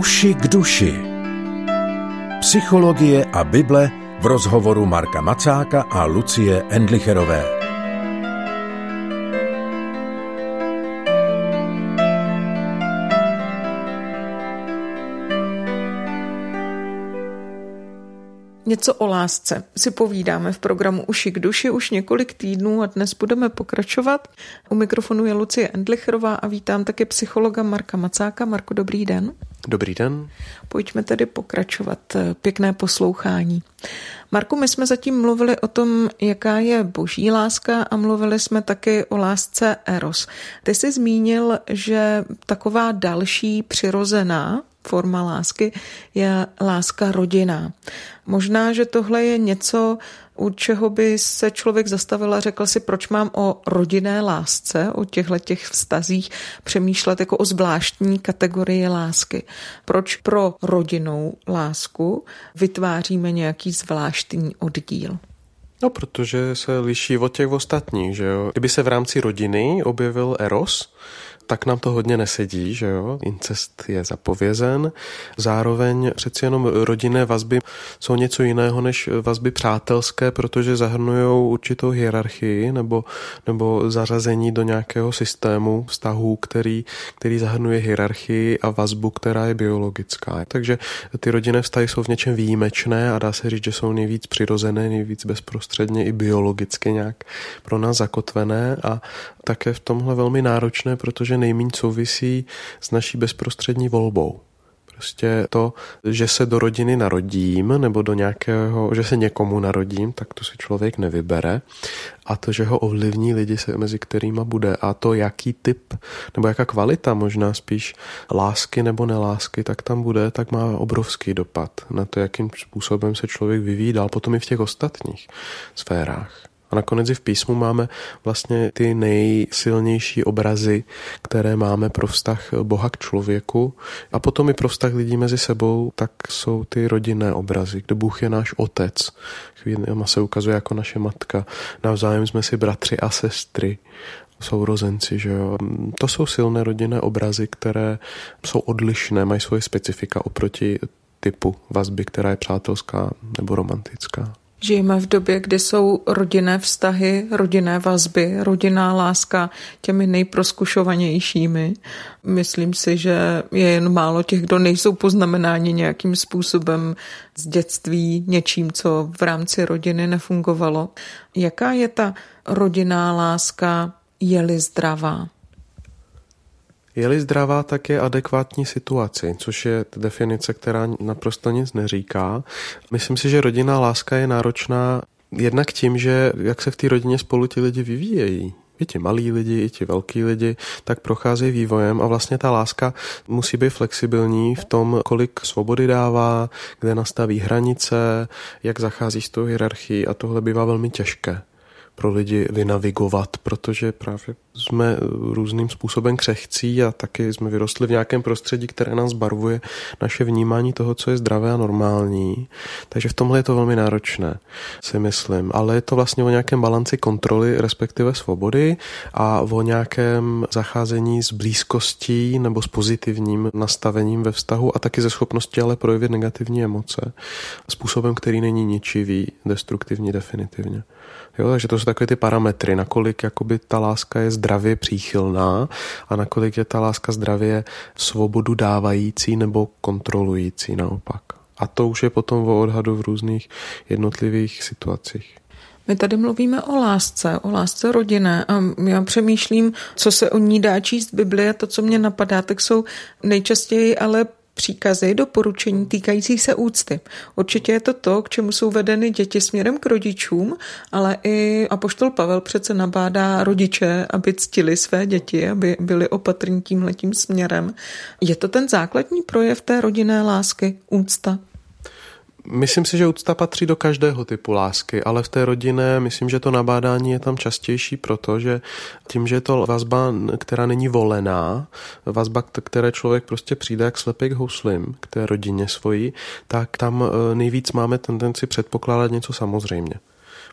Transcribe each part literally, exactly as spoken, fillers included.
Uši k duši. Psychologie a Bible v rozhovoru Marka Macáka a Lucie Endlicherové. Něco o lásce si povídáme v programu Uši k duši už několik týdnů a dnes budeme pokračovat. U mikrofonu je Lucie Endlicherová a vítám také psychologa Marka Macáka. Marko, dobrý den. Dobrý den. Pojďme tedy pokračovat. Pěkné poslouchání. Marku, my jsme zatím mluvili o tom, jaká je boží láska a mluvili jsme taky o lásce eros. Ty jsi zmínil, že taková další přirozená forma lásky je láska rodinná. Možná, že tohle je něco, u čeho by se člověk zastavil a řekl si, proč mám o rodinné lásce, o těchto těch vztazích přemýšlet jako o zvláštní kategorii lásky. Proč pro rodinnou lásku vytváříme nějaký zvláštní oddíl? No, protože se liší od těch ostatních, že jo. Kdyby se v rámci rodiny objevil eros, tak nám to hodně nesedí, že jo. Incest je zapovězen. Zároveň přeci jenom rodinné vazby jsou něco jiného než vazby přátelské, protože zahrnujou určitou hierarchii nebo, nebo zařazení do nějakého systému vztahů, který, který zahrnuje hierarchii a vazbu, která je biologická. Takže ty rodinné vztahy jsou v něčem výjimečné a dá se říct, že jsou nejvíc přirozené, nejvíc bezprostředně i biologicky nějak pro nás zakotvené a také v tomhle velmi náročné, protože nejméně souvisí s naší bezprostřední volbou. Prostě to, že se do rodiny narodím, nebo do nějakého, že se někomu narodím, tak to si člověk nevybere. A to, že ho ovlivní lidi, mezi kterýma bude. A to, jaký typ, nebo jaká kvalita možná spíš lásky nebo nelásky, tak tam bude, tak má obrovský dopad na to, jakým způsobem se člověk vyvíjí dál potom i v těch ostatních sférách. A nakonec i v písmu máme vlastně ty nejsilnější obrazy, které máme pro vztah Boha k člověku a potom i pro vztah lidí mezi sebou, tak jsou ty rodinné obrazy, kde Bůh je náš otec. Chvílema se ukazuje jako naše matka. Navzájem jsme si bratři a sestry, sourozenci, že jo. To jsou silné rodinné obrazy, které jsou odlišné, mají svoje specifika oproti typu vazby, která je přátelská nebo romantická. Žijeme v době, kdy jsou rodinné vztahy, rodinné vazby, rodinná láska těmi nejprozkušovanějšími. Myslím si, že je jen málo těch, kdo nejsou poznamenáni nějakým způsobem z dětství něčím, co v rámci rodiny nefungovalo. Jaká je ta rodinná láska, je-li zdravá? Je-li zdravá, tak je adekvátní situaci, což je definice, která naprosto nic neříká. Myslím si, že rodinná láska je náročná jednak tím, že jak se v té rodině spolu ti lidi vyvíjejí. I ti malí lidi, i ti velký lidi, tak procházejí vývojem a vlastně ta láska musí být flexibilní v tom, kolik svobody dává, kde nastaví hranice, jak zachází s tou hierarchií a tohle bývá velmi těžké pro lidi vynavigovat, protože právě jsme různým způsobem křehcí a taky jsme vyrostli v nějakém prostředí, které nás barvuje naše vnímání toho, co je zdravé a normální. Takže v tomhle je to velmi náročné, si myslím. Ale je to vlastně o nějakém balanci kontroly, respektive svobody a o nějakém zacházení s blízkostí nebo s pozitivním nastavením ve vztahu a taky ze schopnosti ale projevit negativní emoce způsobem, který není ničivý, destruktivní definitivně. Jo, takže to jsou takové ty parametry, nakolik jakoby ta láska je zdravě příchylná a nakolik je ta láska zdravě svobodu dávající nebo kontrolující naopak. A to už je potom o odhadu v různých jednotlivých situacích. My tady mluvíme o lásce, o lásce rodinné a já přemýšlím, co se o ní dá číst v Bibli a to, co mě napadá, tak jsou nejčastěji ale příkazy, doporučení týkající se úcty. Určitě je to to, k čemu jsou vedeny děti směrem k rodičům, ale i apoštol Pavel přece nabádá rodiče, aby ctili své děti, aby byli opatrní tímhletím směrem. Je to ten základní projev té rodinné lásky, úcta? Myslím si, že úcta patří do každého typu lásky, ale v té rodinné myslím, že to nabádání je tam častější, protože tím, že je to vazba, která není volená, vazba, které člověk prostě přijde jak slepý k houslim, k té rodině svojí, tak tam nejvíc máme tendenci předpokládat něco samozřejmě.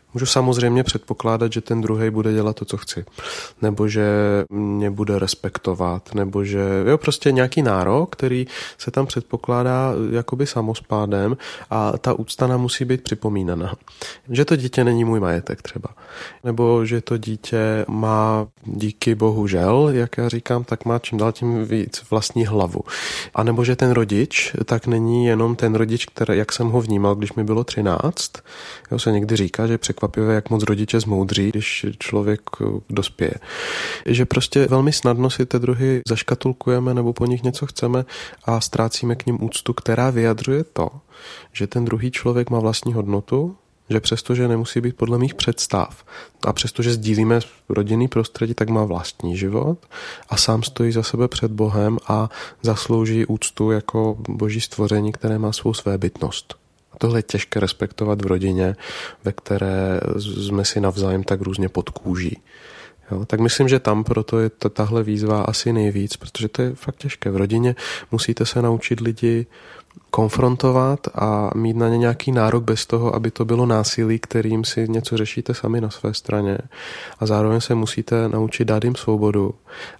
Můžu samozřejmě předpokládat, že ten druhý bude dělat to, co chci. Nebo že mě bude respektovat, nebo že jo, prostě nějaký nárok, který se tam předpokládá jakoby samospádem a ta úcta nám musí být připomínaná. Že to dítě není můj majetek třeba. Nebo že to dítě má díky bohu žel, jak já říkám, tak má čím dál tím víc vlastní hlavu. A nebo že ten rodič tak není jenom ten rodič, který, jak jsem ho vnímal, když mi bylo třináct. Jo, se někdy říká, že překvapivé, jak moc rodiče zmoudří, když člověk dospěje. Že prostě velmi snadno si ty druhy zaškatulkujeme nebo po nich něco chceme a ztrácíme k nim úctu, která vyjadřuje to, že ten druhý člověk má vlastní hodnotu, že přestože nemusí být podle mých představ a přestože sdílíme rodinný prostředí, tak má vlastní život a sám stojí za sebe před Bohem a zaslouží úctu jako boží stvoření, které má svou svébytnost. A tohle je těžké respektovat v rodině, ve které jsme si navzájem tak různě pod kůží. Jo, tak myslím, že tam proto je tahle výzva asi nejvíc, protože to je fakt těžké. V rodině musíte se naučit lidi konfrontovat a mít na ně nějaký nárok bez toho, aby to bylo násilí, kterým si něco řešíte sami na své straně. A zároveň se musíte naučit dát jim svobodu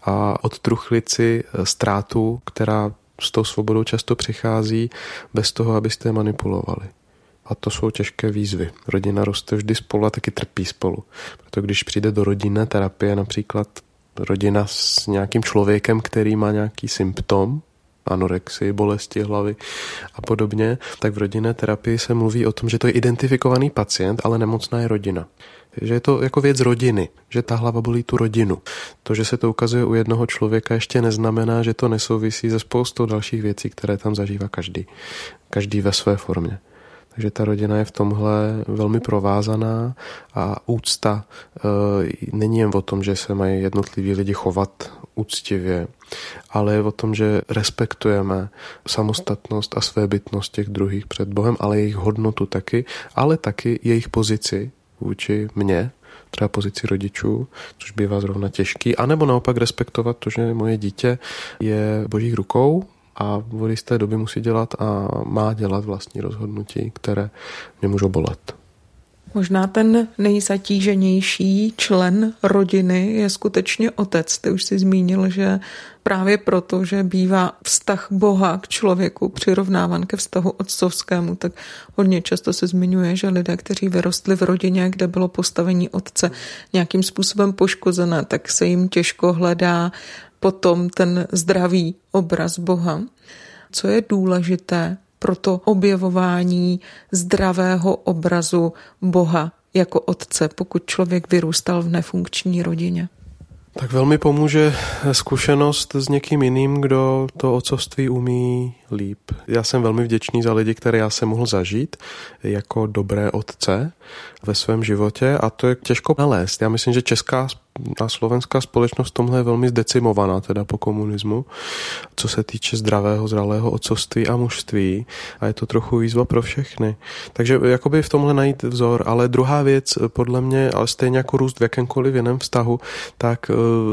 a odtruchlit si ztrátu, která s tou svobodou často přichází, bez toho, abyste je manipulovali. A to jsou těžké výzvy. Rodina roste vždy spolu a taky trpí spolu. Proto když přijde do rodinné terapie, například rodina s nějakým člověkem, který má nějaký symptom, anorexii, bolesti hlavy a podobně, tak v rodinné terapii se mluví o tom, že to je identifikovaný pacient, ale nemocná je rodina. Že je to jako věc rodiny, že ta hlava bolí tu rodinu. To, že se to ukazuje u jednoho člověka, ještě neznamená, že to nesouvisí se spoustou dalších věcí, které tam zažívá každý. Každý ve své formě. Takže ta rodina je v tomhle velmi provázaná a úcta e, není jen o tom, že se mají jednotliví lidi chovat úctivě, ale je o tom, že respektujeme samostatnost a svébytnost těch druhých před Bohem, ale jejich hodnotu taky, ale taky jejich pozici vůči mně, třeba pozici rodičů, což bývá zrovna těžký, anebo naopak respektovat to, že moje dítě je božích rukou, a v jisté doby musí dělat a má dělat vlastní rozhodnutí, které mě můžou bolet. Možná ten nejzatíženější člen rodiny je skutečně otec. Ty už si zmínil, že právě proto, že bývá vztah Boha k člověku přirovnáván ke vztahu otcovskému, tak hodně často se zmiňuje, že lidé, kteří vyrostli v rodině, kde bylo postavení otce nějakým způsobem poškozené, tak se jim těžko hledá potom ten zdravý obraz Boha. Co je důležité pro to objevování zdravého obrazu Boha jako otce, pokud člověk vyrůstal v nefunkční rodině? Tak velmi pomůže zkušenost s někým jiným, kdo to otcovství umí líp. Já jsem velmi vděčný za lidi, které já jsem mohl zažít jako dobré otce ve svém životě a to je těžko nalézt. Já myslím, že česká a slovenská společnost v tomhle je velmi zdecimovaná, teda po komunismu, co se týče zdravého, zralého otcovství a mužství a je to trochu výzva pro všechny. Takže jakoby v tomhle najít vzor, ale druhá věc podle mě, ale stejně jako růst v jakémkoliv jiném vztahu, tak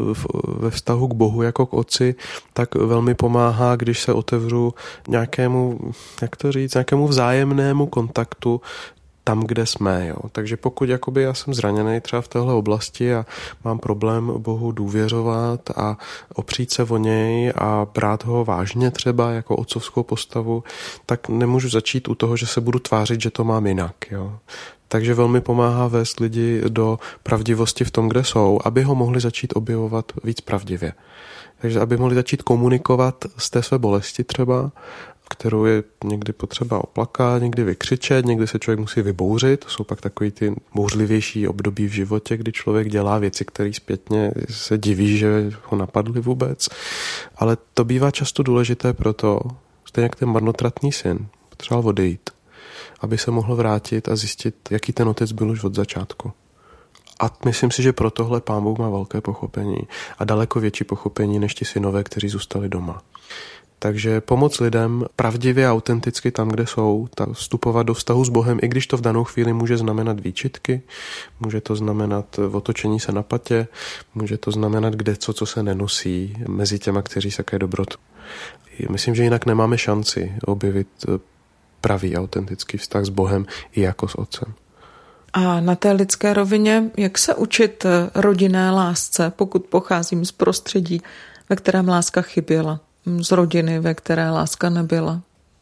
ve vztahu k Bohu jako k otci, tak velmi pomáhá, když se otevřu nějakému, jak to říct, nějakému vzájemnému kontaktu tam, kde jsme. Jo. Takže pokud jakoby já jsem zraněný třeba v téhle oblasti a mám problém Bohu důvěřovat a opřít se o něj a brát ho vážně třeba jako otcovskou postavu, tak nemůžu začít u toho, že se budu tvářit, že to mám jinak. Jo. Takže velmi pomáhá vést lidi do pravdivosti v tom, kde jsou, aby ho mohli začít objevovat víc pravdivě. Takže aby mohli začít komunikovat z té své bolesti třeba, kterou je někdy potřeba oplakat, někdy vykřičet, někdy se člověk musí vybouřit. To jsou pak takový ty bouřlivější období v životě, kdy člověk dělá věci, které zpětně se diví, že ho napadly vůbec. Ale to bývá často důležité proto, stejně jak ten marnotratný syn potřeboval odejít, aby se mohl vrátit a zjistit, jaký ten otec byl už od začátku. A myslím si, že pro tohle Pán Bůh má velké pochopení a daleko větší pochopení než ti synové, kteří zůstali doma. Takže pomoct lidem pravdivě a autenticky tam, kde jsou, tak vstupovat do vztahu s Bohem, i když to v danou chvíli může znamenat výčitky, může to znamenat otočení se na patě, může to znamenat kde co, co se nenosí mezi těma, kteří sakají dobrotu. Myslím, že jinak nemáme šanci objevit pravý autentický vztah s Bohem i jako s otcem. A na té lidské rovině, jak se učit rodinné lásce, pokud pocházím z prostředí, ve kterém láska chyběla, z rodiny, ve které láska nebyla?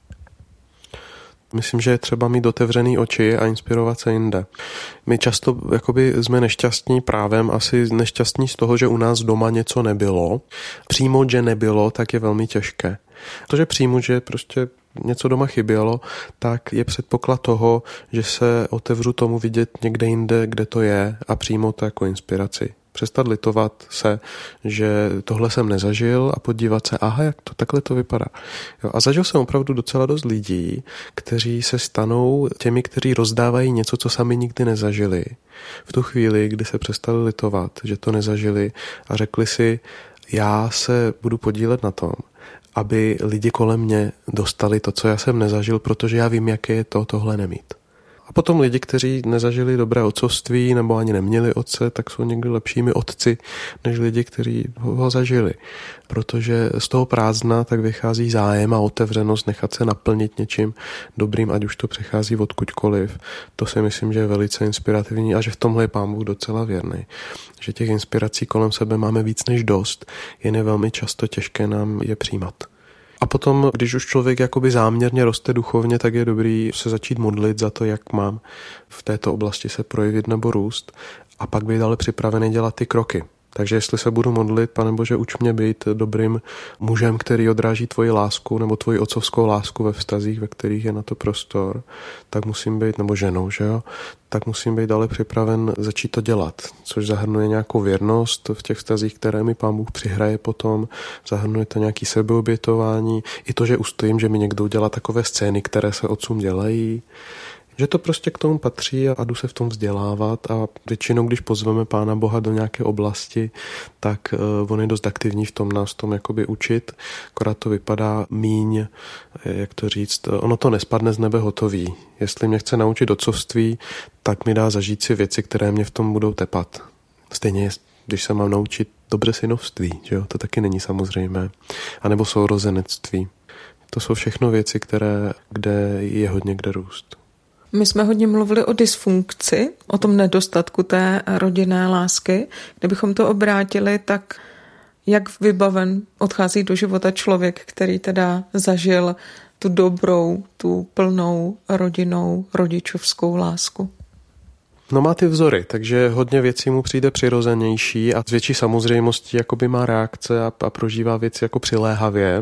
Myslím, že je třeba mít otevřený oči a inspirovat se jinde. My často jakoby jsme nešťastní právem, asi nešťastní z toho, že u nás doma něco nebylo. Přijmout, že nebylo, tak je velmi těžké. To, že přijmout, že prostě něco doma chybělo, tak je předpoklad toho, že se otevřu tomu vidět někde jinde, kde to je a přijmout to jako inspiraci. Přestat litovat se, že tohle jsem nezažil a podívat se, aha, jak to takhle to vypadá. Jo, a zažil jsem opravdu docela dost lidí, kteří se stanou těmi, kteří rozdávají něco, co sami nikdy nezažili. V tu chvíli, kdy se přestali litovat, že to nezažili a řekli si, já se budu podílet na tom, aby lidi kolem mě dostali to, co já jsem nezažil, protože já vím, jaké je to tohle nemít. A potom lidi, kteří nezažili dobré otcovství nebo ani neměli otce, tak jsou někdy lepšími otci, než lidi, kteří ho zažili. Protože z toho prázdna tak vychází zájem a otevřenost nechat se naplnit něčím dobrým, ať už to přechází odkudkoliv. To si myslím, že je velice inspirativní a že v tomhle je Pán Bůh docela věrný. Že těch inspirací kolem sebe máme víc než dost, jen je velmi často těžké nám je přijímat. A potom, když už člověk jakoby záměrně roste duchovně, tak je dobrý se začít modlit za to, jak mám v této oblasti se projevit nebo růst a pak být ale připravený dělat ty kroky. Takže jestli se budu modlit, Pane Bože, uč mě být dobrým mužem, který odráží tvoji lásku nebo tvoji otcovskou lásku ve vztazích, ve kterých je na to prostor, tak musím být, nebo ženou, že jo, tak musím být ale připraven začít to dělat, což zahrnuje nějakou věrnost v těch vztazích, které mi Pán Bůh přihraje potom, zahrnuje to nějaký sebeobětování, i to, že ustojím, že mi někdo udělá takové scény, které se otcům dělají, že to prostě k tomu patří a jdu se v tom vzdělávat a většinou, když pozveme Pána Boha do nějaké oblasti, tak uh, on je dost aktivní v tom nás tom jakoby učit, akorát to vypadá míň, jak to říct, ono to nespadne z nebe hotový. Jestli mě chce naučit otcovství, tak mi dá zažít si věci, které mě v tom budou tepat. Stejně, když se mám naučit dobře synovství, že jo? To taky není samozřejmé. A nebo sourozenectví. To jsou všechno věci, které, kde je hodně kde růst. My jsme hodně mluvili o dysfunkci, o tom nedostatku té rodinné lásky. Kdybychom to obrátili, tak jak vybaven odchází do života člověk, který teda zažil tu dobrou, tu plnou rodinnou, rodičovskou lásku? No má ty vzory, takže hodně věcí mu přijde přirozenější a z větší samozřejmostí jakoby má reakce a, a prožívá věci jako přiléhavě.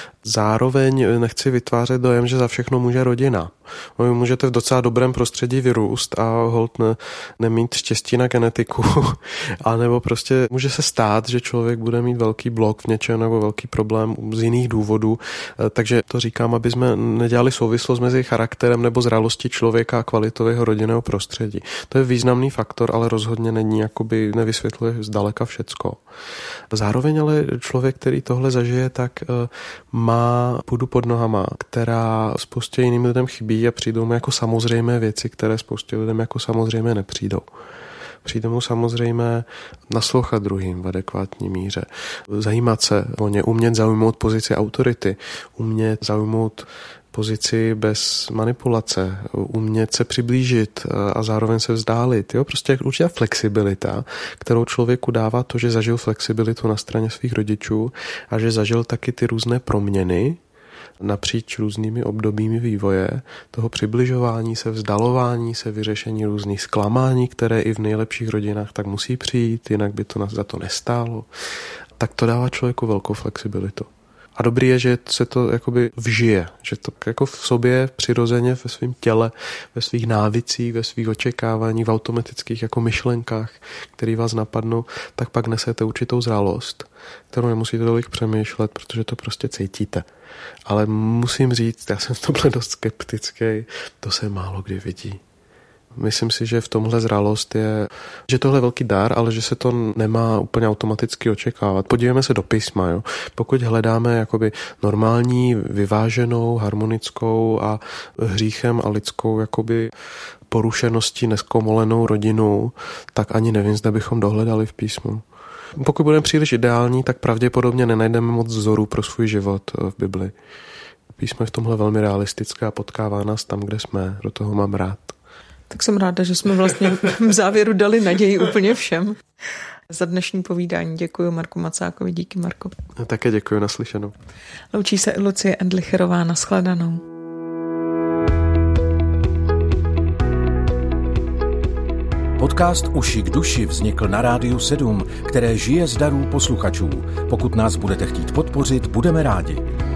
Zároveň nechci vytvářet dojem, že za všechno může rodina. Vy můžete v docela dobrém prostředí vyrůst a holt ne, nemít štěstí na genetiku. A nebo prostě může se stát, že člověk bude mít velký blok v něčem nebo velký problém z jiných důvodů. Takže to říkám, aby jsme nedělali souvislost mezi charakterem nebo zralostí člověka a kvalitou jeho rodinného prostředí. To je významný faktor, ale rozhodně není, jakoby nevysvětluje zdaleka všecko. Zároveň ale člověk, který tohle zažije, tak má půdu pod nohama, která spoustě jiným lidem chybí a přijdou mu jako samozřejmé věci, které spoustě lidem jako samozřejmé nepřijdou. Přijde mu samozřejmě naslouchat druhým v adekvátní míře, zajímat se o ně, umět zaujmout pozici autority, umět zaujmout pozici bez manipulace, umět se přiblížit a zároveň se vzdálit. Jo? Prostě určitá flexibilita, kterou člověku dává to, že zažil flexibilitu na straně svých rodičů a že zažil taky ty různé proměny napříč různými obdobími vývoje, toho přibližování se, vzdalování se, vyřešení různých zklamání, které i v nejlepších rodinách tak musí přijít, jinak by to nás za to nestálo. Tak to dává člověku velkou flexibilitu. A dobrý je, že se to jakoby vžije, že to jako v sobě přirozeně ve svém těle, ve svých návicích, ve svých očekáváních, v automatických jako myšlenkách, které vás napadnou, tak pak nesete určitou zralost, kterou nemusíte tolik přemýšlet, protože to prostě cítíte. Ale musím říct, já jsem v tomhle dost skeptický, to se málo kdy vidí. Myslím si, že v tomhle zralost je, že tohle je velký dar, ale že se to nemá úplně automaticky očekávat. Podívejme se do písma, jo. Pokud hledáme jakoby normální, vyváženou, harmonickou a hříchem a lidskou jakoby porušeností nezkomolenou rodinu, tak ani nevím, zda bychom dohledali v písmu. Pokud budeme příliš ideální, tak pravděpodobně nenajdeme moc vzorů pro svůj život v Bibli. Písmo je v tomhle velmi realistické a potkává nás tam, kde jsme. Do toho mám rád. Tak jsem ráda, že jsme vlastně v závěru dali naději úplně všem. Za dnešní povídání děkuji Marku Macákovi. Díky, Marko. A také děkuji, naslyšenou. Loučí se Lucie Endlicherová, nashledanou. Podcast Uši k duši vznikl na Rádiu sedm, které žije z darů posluchačů. Pokud nás budete chtít podpořit, budeme rádi.